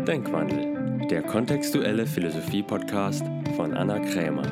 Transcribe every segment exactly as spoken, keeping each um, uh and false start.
Denkwandel, der kontextuelle Philosophie-Podcast von Anna Krämer.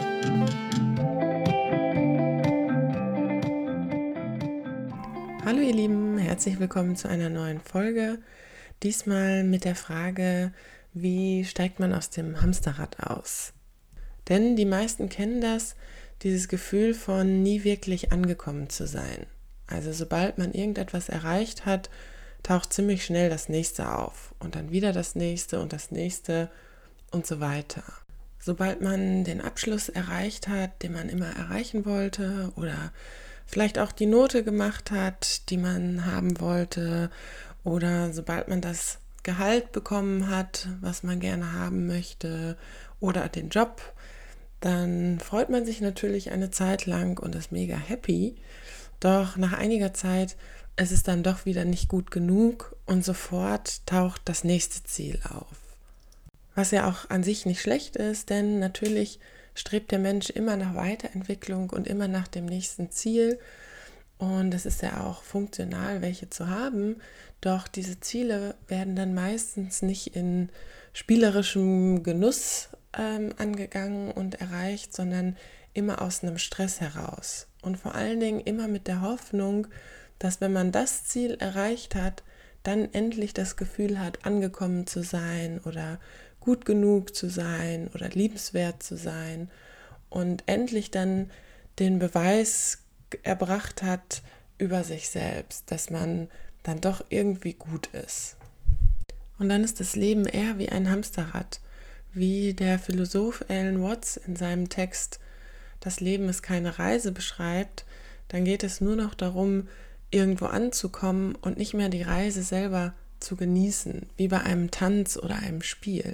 Hallo ihr Lieben, herzlich willkommen zu einer neuen Folge. Diesmal mit der Frage, wie steigt man aus dem Hamsterrad aus? Denn die meisten kennen das, dieses Gefühl von nie wirklich angekommen zu sein. Also sobald man irgendetwas erreicht hat, taucht ziemlich schnell das nächste auf und dann wieder das nächste und das nächste und so weiter. Sobald man den Abschluss erreicht hat, den man immer erreichen wollte, oder vielleicht auch die Note gemacht hat, die man haben wollte, oder sobald man das Gehalt bekommen hat, was man gerne haben möchte, oder den Job, dann freut man sich natürlich eine Zeit lang und ist mega happy. Doch nach einiger Zeit ist es dann doch wieder nicht gut genug und sofort taucht das nächste Ziel auf. Was ja auch an sich nicht schlecht ist, denn natürlich strebt der Mensch immer nach Weiterentwicklung und immer nach dem nächsten Ziel. Und es ist ja auch funktional, welche zu haben. Doch diese Ziele werden dann meistens nicht in spielerischem Genuss ähm, angegangen und erreicht, sondern immer aus einem Stress heraus. Und vor allen Dingen immer mit der Hoffnung, dass wenn man das Ziel erreicht hat, dann endlich das Gefühl hat, angekommen zu sein oder gut genug zu sein oder liebenswert zu sein und endlich dann den Beweis erbracht hat über sich selbst, dass man dann doch irgendwie gut ist. Und dann ist das Leben eher wie ein Hamsterrad, wie der Philosoph Alan Watts in seinem Text "Das Leben ist keine Reise" beschreibt. Dann geht es nur noch darum, irgendwo anzukommen und nicht mehr die Reise selber zu genießen, wie bei einem Tanz oder einem Spiel.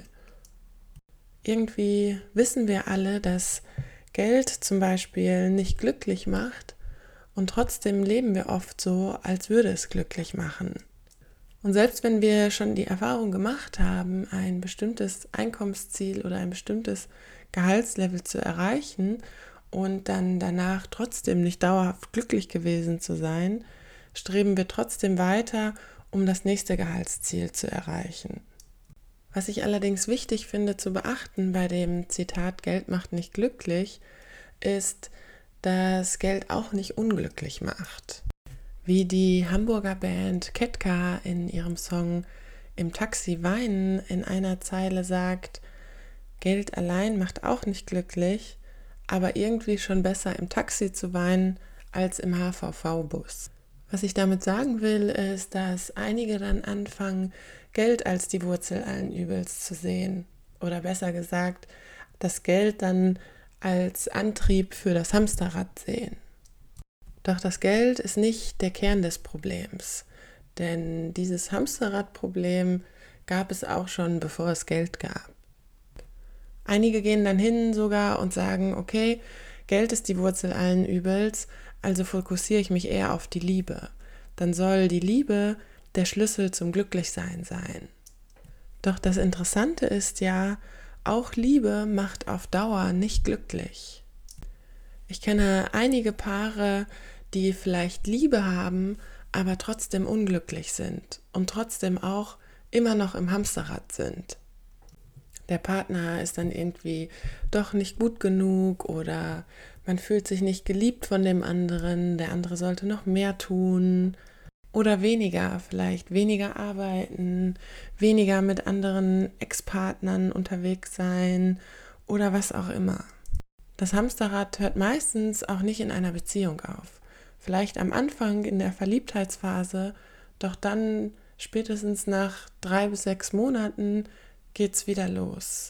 Irgendwie wissen wir alle, dass Geld zum Beispiel nicht glücklich macht und trotzdem leben wir oft so, als würde es glücklich machen. Und selbst wenn wir schon die Erfahrung gemacht haben, ein bestimmtes Einkommensziel oder ein bestimmtes Gehaltslevel zu erreichen und dann danach trotzdem nicht dauerhaft glücklich gewesen zu sein, streben wir trotzdem weiter, um das nächste Gehaltsziel zu erreichen. Was ich allerdings wichtig finde zu beachten bei dem Zitat "Geld macht nicht glücklich", ist, dass Geld auch nicht unglücklich macht. Wie die Hamburger Band Ketka in ihrem Song "Im Taxi weinen" in einer Zeile sagt: Geld allein macht auch nicht glücklich, aber irgendwie schon besser im Taxi zu weinen als im H V V-Bus. Was ich damit sagen will, ist, dass einige dann anfangen, Geld als die Wurzel allen Übels zu sehen. Oder besser gesagt, das Geld dann als Antrieb für das Hamsterrad sehen. Doch das Geld ist nicht der Kern des Problems. Denn dieses Hamsterrad-Problem gab es auch schon, bevor es Geld gab. Einige gehen dann hin sogar und sagen, okay, Geld ist die Wurzel allen Übels, also fokussiere ich mich eher auf die Liebe. Dann soll die Liebe der Schlüssel zum Glücklichsein sein. Doch das Interessante ist ja, auch Liebe macht auf Dauer nicht glücklich. Ich kenne einige Paare, die vielleicht Liebe haben, aber trotzdem unglücklich sind und trotzdem auch immer noch im Hamsterrad sind. Der Partner ist dann irgendwie doch nicht gut genug oder man fühlt sich nicht geliebt von dem anderen, der andere sollte noch mehr tun oder weniger, vielleicht weniger arbeiten, weniger mit anderen Ex-Partnern unterwegs sein oder was auch immer. Das Hamsterrad hört meistens auch nicht in einer Beziehung auf. Vielleicht am Anfang in der Verliebtheitsphase, doch dann spätestens nach drei bis sechs Monaten geht's wieder los.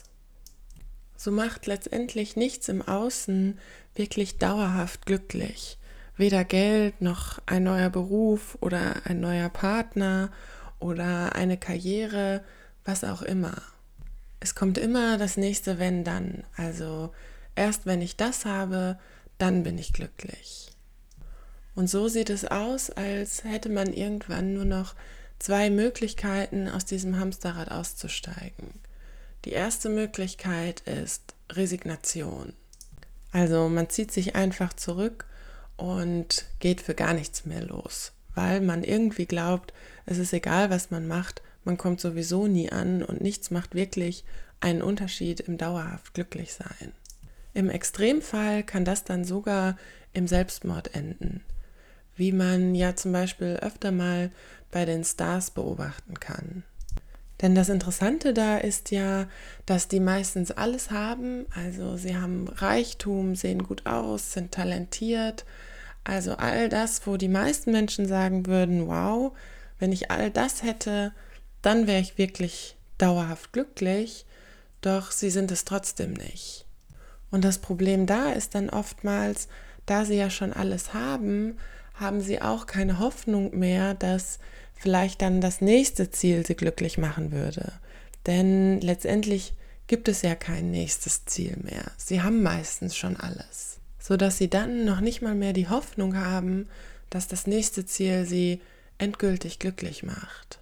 So macht letztendlich nichts im Außen wirklich dauerhaft glücklich. Weder Geld noch ein neuer Beruf oder ein neuer Partner oder eine Karriere, was auch immer. Es kommt immer das nächste Wenn dann. Also erst wenn ich das habe, dann bin ich glücklich. Und so sieht es aus, als hätte man irgendwann nur noch zwei Möglichkeiten, aus diesem Hamsterrad auszusteigen. Die erste Möglichkeit ist Resignation. Also man zieht sich einfach zurück und geht für gar nichts mehr los, weil man irgendwie glaubt, es ist egal, was man macht, man kommt sowieso nie an und nichts macht wirklich einen Unterschied im dauerhaft Glücklichsein. Im Extremfall kann das dann sogar im Selbstmord enden, wie man ja zum Beispiel öfter mal bei den Stars beobachten kann. Denn das Interessante da ist ja, dass die meistens alles haben, also sie haben Reichtum, sehen gut aus, sind talentiert, also all das, wo die meisten Menschen sagen würden, wow, wenn ich all das hätte, dann wäre ich wirklich dauerhaft glücklich, doch sie sind es trotzdem nicht. Und das Problem da ist dann oftmals, da sie ja schon alles haben, haben sie auch keine Hoffnung mehr, dass vielleicht dann das nächste Ziel sie glücklich machen würde. Denn letztendlich gibt es ja kein nächstes Ziel mehr. Sie haben meistens schon alles, sodass sie dann noch nicht mal mehr die Hoffnung haben, dass das nächste Ziel sie endgültig glücklich macht.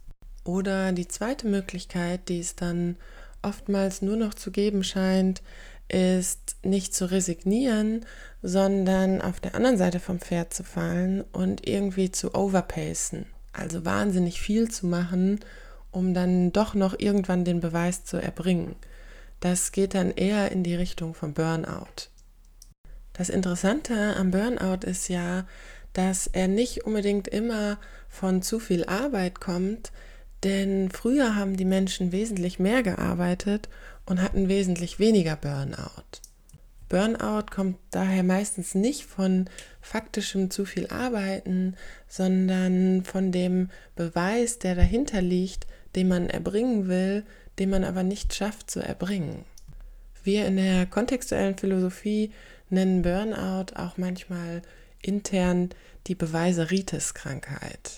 Oder die zweite Möglichkeit, die es dann oftmals nur noch zu geben scheint, ist nicht zu resignieren, sondern auf der anderen Seite vom Pferd zu fallen und irgendwie zu overpacen, also wahnsinnig viel zu machen, um dann doch noch irgendwann den Beweis zu erbringen. Das geht dann eher in die Richtung vom Burnout. Das Interessante am Burnout ist ja, dass er nicht unbedingt immer von zu viel Arbeit kommt, denn früher haben die Menschen wesentlich mehr gearbeitet und hatten wesentlich weniger Burnout. Burnout kommt daher meistens nicht von faktischem zu viel Arbeiten, sondern von dem Beweis, der dahinter liegt, den man erbringen will, den man aber nicht schafft zu erbringen. Wir in der kontextuellen Philosophie nennen Burnout auch manchmal intern die Beweiseritis-Krankheit.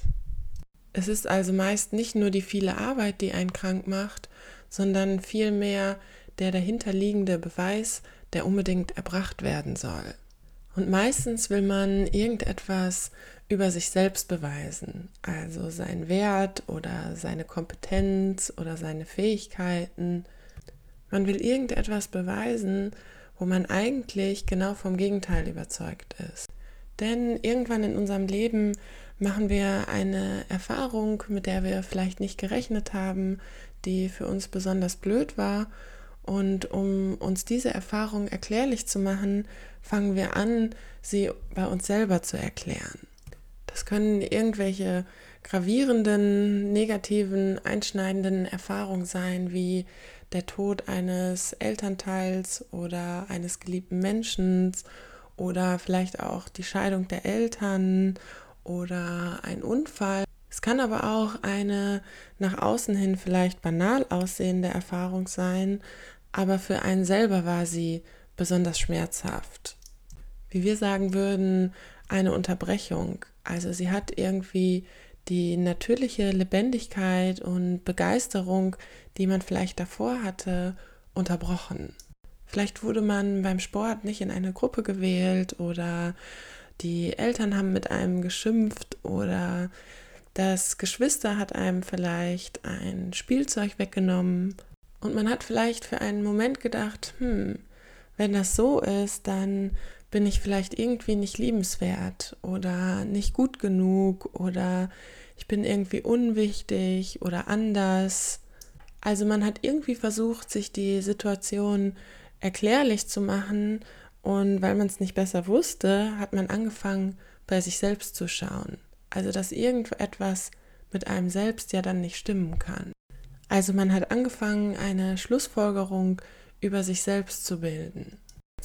Es ist also meist nicht nur die viele Arbeit, die einen krank macht, sondern vielmehr der dahinterliegende Beweis, der unbedingt erbracht werden soll. Und meistens will man irgendetwas über sich selbst beweisen, also seinen Wert oder seine Kompetenz oder seine Fähigkeiten. Man will irgendetwas beweisen, wo man eigentlich genau vom Gegenteil überzeugt ist. Denn irgendwann in unserem Leben machen wir eine Erfahrung, mit der wir vielleicht nicht gerechnet haben, die für uns besonders blöd war. Und um uns diese Erfahrung erklärlich zu machen, fangen wir an, sie bei uns selber zu erklären. Das können irgendwelche gravierenden, negativen, einschneidenden Erfahrungen sein, wie der Tod eines Elternteils oder eines geliebten Menschen oder vielleicht auch die Scheidung der Eltern oder ein Unfall. Es kann aber auch eine nach außen hin vielleicht banal aussehende Erfahrung sein, aber für einen selber war sie besonders schmerzhaft. Wie wir sagen würden, eine Unterbrechung. Also sie hat irgendwie die natürliche Lebendigkeit und Begeisterung, die man vielleicht davor hatte, unterbrochen. Vielleicht wurde man beim Sport nicht in eine Gruppe gewählt oder die Eltern haben mit einem geschimpft oder das Geschwister hat einem vielleicht ein Spielzeug weggenommen und man hat vielleicht für einen Moment gedacht, hm, wenn das so ist, dann bin ich vielleicht irgendwie nicht liebenswert oder nicht gut genug oder ich bin irgendwie unwichtig oder anders. Also man hat irgendwie versucht, sich die Situation erklärlich zu machen und weil man es nicht besser wusste, hat man angefangen, bei sich selbst zu schauen. Also dass irgendetwas mit einem selbst ja dann nicht stimmen kann. Also man hat angefangen, eine Schlussfolgerung über sich selbst zu bilden.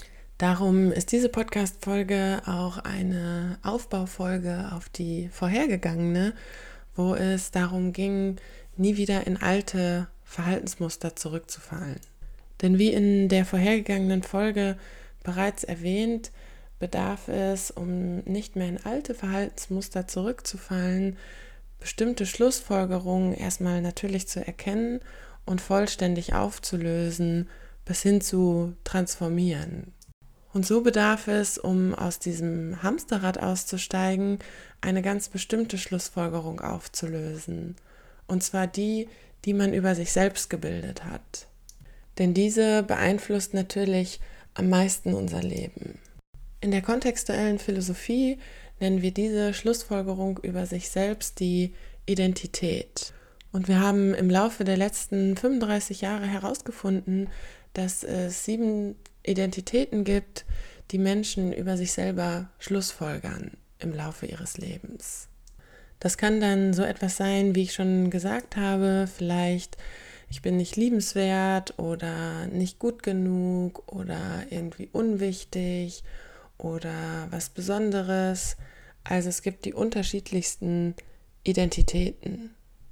Darum ist diese Podcast-Folge auch eine Aufbaufolge auf die vorhergegangene, wo es darum ging, nie wieder in alte Verhaltensmuster zurückzufallen. Denn wie in der vorhergegangenen Folge bereits erwähnt, bedarf es, um nicht mehr in alte Verhaltensmuster zurückzufallen, bestimmte Schlussfolgerungen erstmal natürlich zu erkennen und vollständig aufzulösen, bis hin zu transformieren. Und so bedarf es, um aus diesem Hamsterrad auszusteigen, eine ganz bestimmte Schlussfolgerung aufzulösen. Und zwar die, die man über sich selbst gebildet hat. Denn diese beeinflusst natürlich am meisten unser Leben. In der kontextuellen Philosophie nennen wir diese Schlussfolgerung über sich selbst die Identität. Und wir haben im Laufe der letzten fünfunddreißig Jahre herausgefunden, dass es sieben Identitäten gibt, die Menschen über sich selber schlussfolgern im Laufe ihres Lebens. Das kann dann so etwas sein, wie ich schon gesagt habe, vielleicht ich bin nicht liebenswert oder nicht gut genug oder irgendwie unwichtig oder was Besonderes. Also es gibt die unterschiedlichsten Identitäten.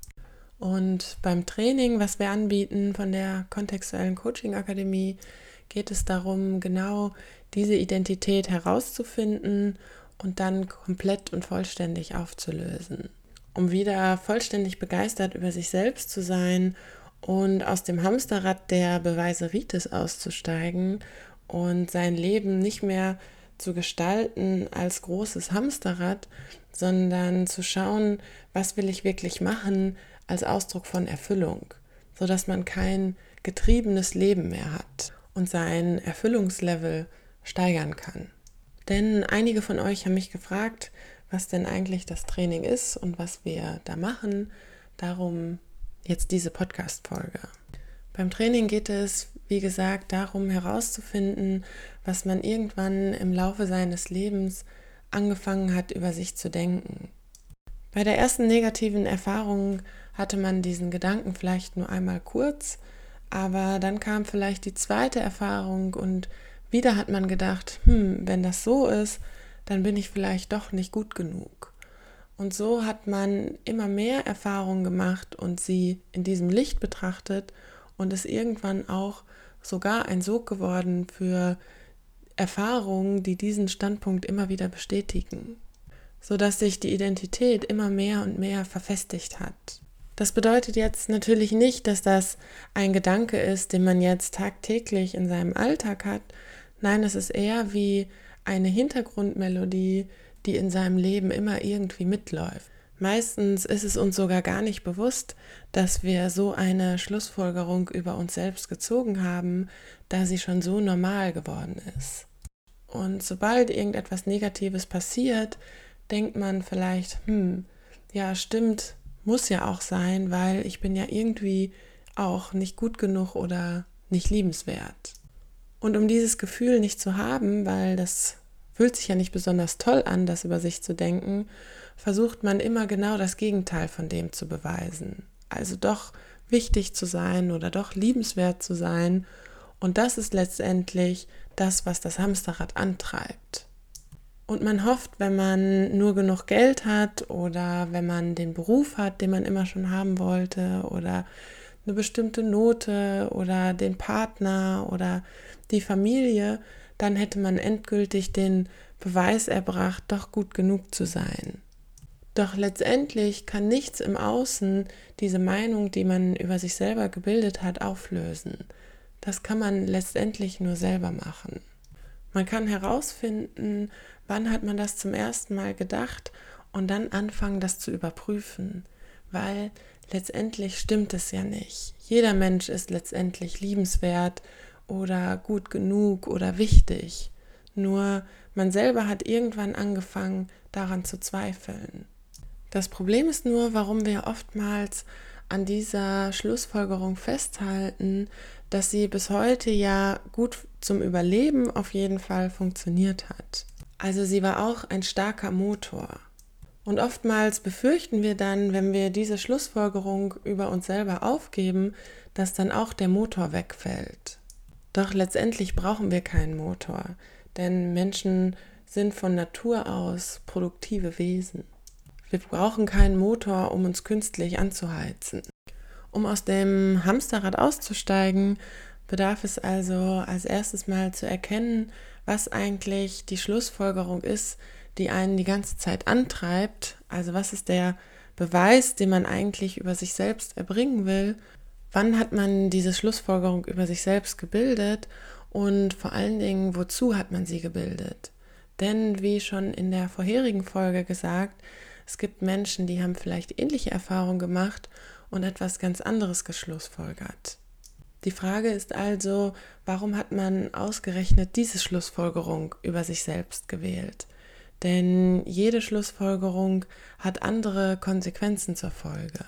Und beim Training, was wir anbieten von der Kontextuellen Coaching Akademie, geht es darum, genau diese Identität herauszufinden und dann komplett und vollständig aufzulösen, um wieder vollständig begeistert über sich selbst zu sein und aus dem Hamsterrad der Beweiseritis auszusteigen und sein Leben nicht mehr zu gestalten als großes Hamsterrad, sondern zu schauen, was will ich wirklich machen als Ausdruck von Erfüllung, sodass man kein getriebenes Leben mehr hat und sein Erfüllungslevel steigern kann. Denn einige von euch haben mich gefragt, was denn eigentlich das Training ist und was wir da machen. Darum jetzt diese Podcast-Folge. Beim Training geht es, wie gesagt, darum herauszufinden, was man irgendwann im Laufe seines Lebens angefangen hat, über sich zu denken. Bei der ersten negativen Erfahrung hatte man diesen Gedanken vielleicht nur einmal kurz, aber dann kam vielleicht die zweite Erfahrung und wieder hat man gedacht, hm, wenn das so ist, dann bin ich vielleicht doch nicht gut genug. Und so hat man immer mehr Erfahrungen gemacht und sie in diesem Licht betrachtet und ist irgendwann auch sogar ein Sog geworden für Erfahrungen, die diesen Standpunkt immer wieder bestätigen, sodass sich die Identität immer mehr und mehr verfestigt hat. Das bedeutet jetzt natürlich nicht, dass das ein Gedanke ist, den man jetzt tagtäglich in seinem Alltag hat. Nein, es ist eher wie eine Hintergrundmelodie, die in seinem Leben immer irgendwie mitläuft. Meistens ist es uns sogar gar nicht bewusst, dass wir so eine Schlussfolgerung über uns selbst gezogen haben, da sie schon so normal geworden ist. Und sobald irgendetwas Negatives passiert, denkt man vielleicht, hm, ja stimmt, muss ja auch sein, weil ich bin ja irgendwie auch nicht gut genug oder nicht liebenswert. Und um dieses Gefühl nicht zu haben, weil das fühlt sich ja nicht besonders toll an, das über sich zu denken, versucht man immer genau das Gegenteil von dem zu beweisen. Also doch wichtig zu sein oder doch liebenswert zu sein. Und das ist letztendlich das, was das Hamsterrad antreibt. Und man hofft, wenn man nur genug Geld hat oder wenn man den Beruf hat, den man immer schon haben wollte oder eine bestimmte Note oder den Partner oder die Familie, dann hätte man endgültig den Beweis erbracht, doch gut genug zu sein. Doch letztendlich kann nichts im Außen diese Meinung, die man über sich selber gebildet hat, auflösen. Das kann man letztendlich nur selber machen. Man kann herausfinden, wann hat man das zum ersten Mal gedacht und dann anfangen, das zu überprüfen, weil letztendlich stimmt es ja nicht. Jeder Mensch ist letztendlich liebenswert oder gut genug oder wichtig. Nur man selber hat irgendwann angefangen, daran zu zweifeln. Das Problem ist nur, warum wir oftmals an dieser Schlussfolgerung festhalten, dass sie bis heute ja gut zum Überleben auf jeden Fall funktioniert hat. Also sie war auch ein starker Motor. Und oftmals befürchten wir dann, wenn wir diese Schlussfolgerung über uns selber aufgeben, dass dann auch der Motor wegfällt. Doch letztendlich brauchen wir keinen Motor, denn Menschen sind von Natur aus produktive Wesen. Wir brauchen keinen Motor, um uns künstlich anzuheizen. Um aus dem Hamsterrad auszusteigen, bedarf es also als erstes mal zu erkennen, was eigentlich die Schlussfolgerung ist, die einen die ganze Zeit antreibt. Also was ist der Beweis, den man eigentlich über sich selbst erbringen will? Wann hat man diese Schlussfolgerung über sich selbst gebildet und vor allen Dingen, wozu hat man sie gebildet? Denn wie schon in der vorherigen Folge gesagt, es gibt Menschen, die haben vielleicht ähnliche Erfahrungen gemacht und etwas ganz anderes geschlussfolgert. Die Frage ist also, warum hat man ausgerechnet diese Schlussfolgerung über sich selbst gewählt? Denn jede Schlussfolgerung hat andere Konsequenzen zur Folge.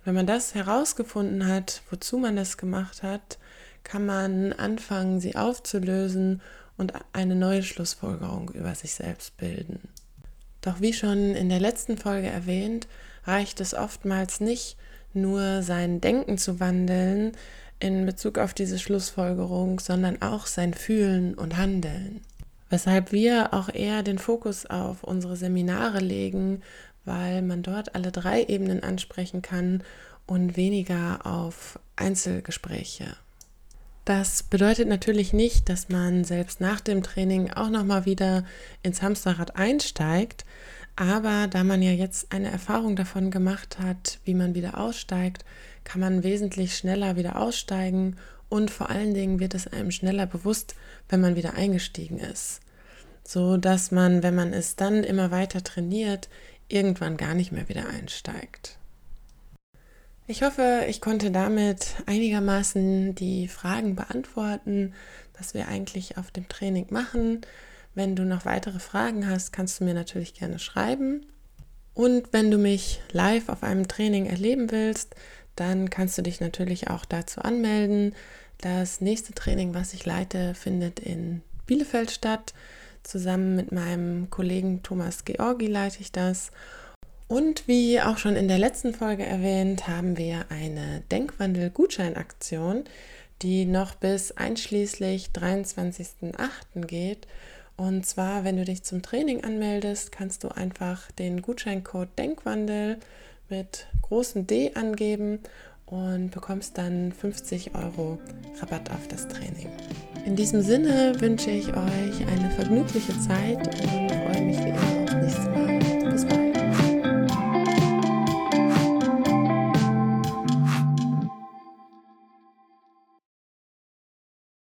Wenn man das herausgefunden hat, wozu man das gemacht hat, kann man anfangen, sie aufzulösen und eine neue Schlussfolgerung über sich selbst bilden. Doch wie schon in der letzten Folge erwähnt, reicht es oftmals nicht, nur sein Denken zu wandeln in Bezug auf diese Schlussfolgerung, sondern auch sein Fühlen und Handeln. Weshalb wir auch eher den Fokus auf unsere Seminare legen, weil man dort alle drei Ebenen ansprechen kann und weniger auf Einzelgespräche. Das bedeutet natürlich nicht, dass man selbst nach dem Training auch nochmal wieder ins Hamsterrad einsteigt, aber da man ja jetzt eine Erfahrung davon gemacht hat, wie man wieder aussteigt, kann man wesentlich schneller wieder aussteigen und vor allen Dingen wird es einem schneller bewusst, wenn man wieder eingestiegen ist, so dass man, wenn man es dann immer weiter trainiert, irgendwann gar nicht mehr wieder einsteigt. Ich hoffe, ich konnte damit einigermaßen die Fragen beantworten, was wir eigentlich auf dem Training machen. Wenn du noch weitere Fragen hast, kannst du mir natürlich gerne schreiben. Und wenn du mich live auf einem Training erleben willst, dann kannst du dich natürlich auch dazu anmelden. Das nächste Training, was ich leite, findet in Bielefeld statt. Zusammen mit meinem Kollegen Thomas Georgi leite ich das. Und wie auch schon in der letzten Folge erwähnt, haben wir eine Denkwandel-Gutscheinaktion, die noch bis einschließlich dreiundzwanzigsten achten geht. Und zwar, wenn du dich zum Training anmeldest, kannst du einfach den Gutscheincode Denkwandel mit großem D angeben und bekommst dann fünfzig Euro Rabatt auf das Training. In diesem Sinne wünsche ich euch eine vergnügliche Zeit und freue mich wie immer